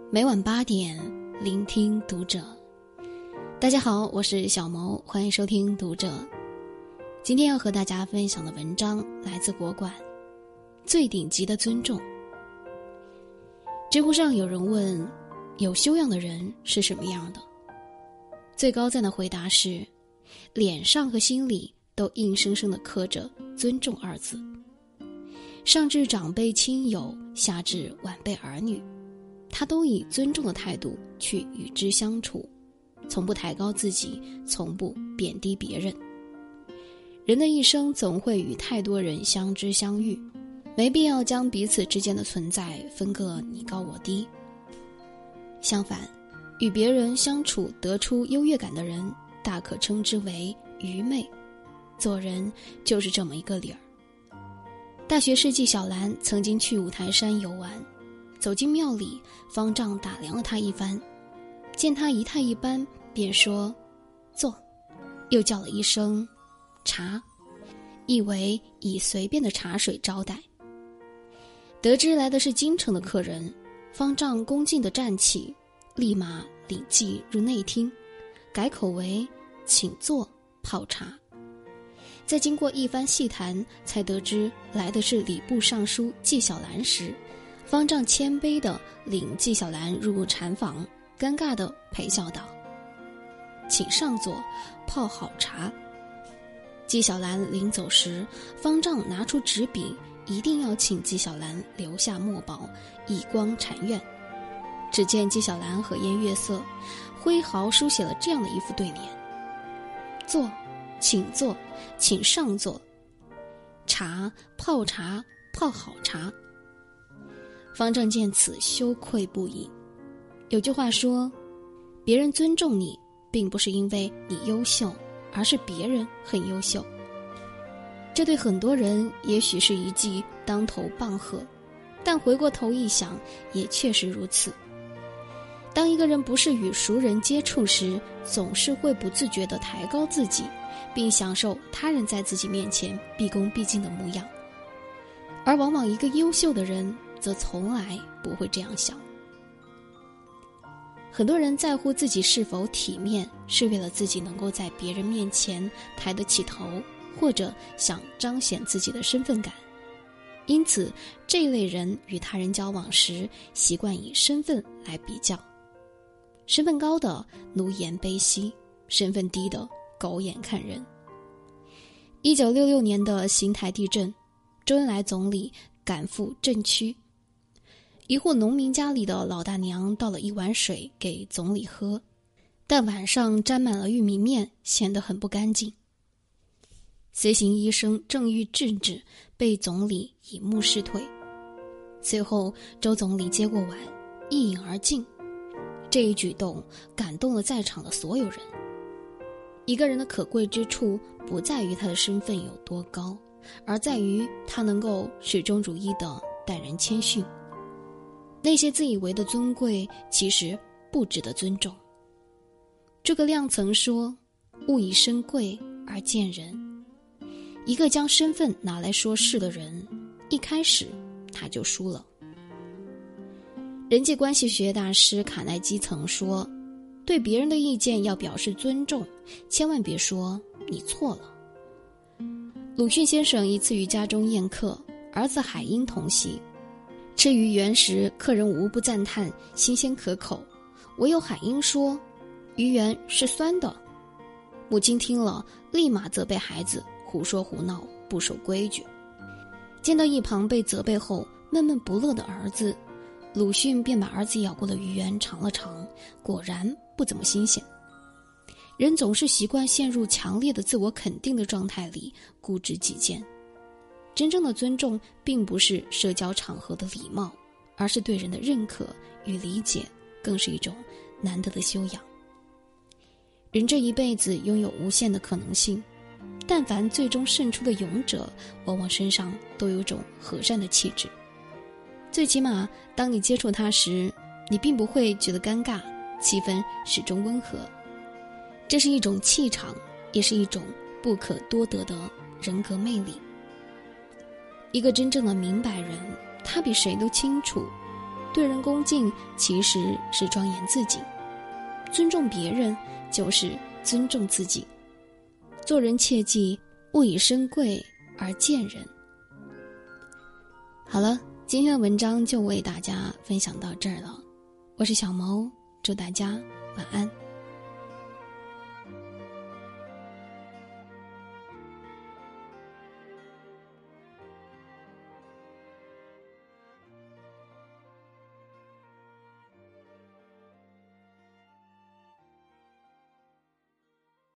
每晚8点，聆听读者。大家好，我是小萌，欢迎收听读者。今天要和大家分享的文章来自国馆，最顶级的尊重。知乎上有人问，有修养的人是什么样的？最高赞的回答是，脸上和心里都硬生生地刻着尊重2字。上至长辈亲友，下至晚辈儿女，他都以尊重的态度去与之相处，从不抬高自己，从不贬低别人。人的一生总会与太多人相知相遇，没必要将彼此之间的存在分个你高我低。相反，与别人相处得出优越感的人，大可称之为愚昧。做人就是这么一个理儿。大学士纪晓岚曾经去五台山游玩，走进庙里，方丈打量了他一番，见他仪态一般，便说坐，又叫了一声茶，意为以随便的茶水招待。得知来的是京城的客人，方丈恭敬地站起，立马领记入内厅，改口为请坐泡茶。在经过一番细谈，才得知来的是礼部尚书纪晓岚时，方丈谦卑地领纪晓岚入禅房，尴尬地陪笑道：请上座，泡好茶。纪晓岚临走时，方丈拿出纸笔，一定要请纪晓岚留下墨宝，以光禅院。只见纪晓岚和颜悦色，挥毫书写了这样的一副对联：坐，请坐，请上座，茶，泡茶，泡好茶。方丈见此羞愧不已。有句话说，别人尊重你，并不是因为你优秀，而是别人很优秀。这对很多人也许是一记当头棒喝，但回过头一想，也确实如此。当一个人不是与熟人接触时，总是会不自觉地抬高自己，并享受他人在自己面前毕恭毕敬的模样。而往往一个优秀的人则从来不会这样想。很多人在乎自己是否体面，是为了自己能够在别人面前抬得起头，或者想彰显自己的身份感。因此，这类人与他人交往时，习惯以身份来比较。身份高的奴颜卑膝，身份低的狗眼看人。1966年的邢台地震，周恩来总理赶赴震区，一户农民家里的老大娘倒了一碗水给总理喝，但碗上沾满了玉米面，显得很不干净。随行医生正欲制止，被总理以目视退。随后周总理接过碗，一饮而尽。这一举动感动了在场的所有人。一个人的可贵之处，不在于他的身份有多高，而在于他能够始终如一地待人谦逊。那些自以为的尊贵，其实不值得尊重。诸葛亮曾说，勿以身贵而贱人。一个将身份拿来说事的人，一开始他就输了。人际关系学大师卡耐基曾说，对别人的意见要表示尊重，千万别说你错了。鲁迅先生一次于家中宴客，儿子海英同席。吃鱼圆时，客人无不赞叹新鲜可口，唯有海英说鱼圆是酸的。母亲听了，立马责备孩子胡说胡闹，不守规矩。见到一旁被责备后闷闷不乐的儿子，鲁迅便把儿子咬过的鱼圆尝了尝，果然不怎么新鲜。人总是习惯陷入强烈的自我肯定的状态里，固执己见。真正的尊重并不是社交场合的礼貌，而是对人的认可与理解，更是一种难得的修养。人这一辈子拥有无限的可能性，但凡最终胜出的勇者，往往身上都有种和善的气质。最起码当你接触他时，你并不会觉得尴尬，气氛始终温和。这是一种气场，也是一种不可多得的人格魅力。一个真正的明白人，他比谁都清楚， 对人恭敬其实是庄严自己，尊重别人就是尊重自己。做人切记勿以身贵而贱人。好了，今天的文章就为大家分享到这儿了。我是小毛，祝大家晚安。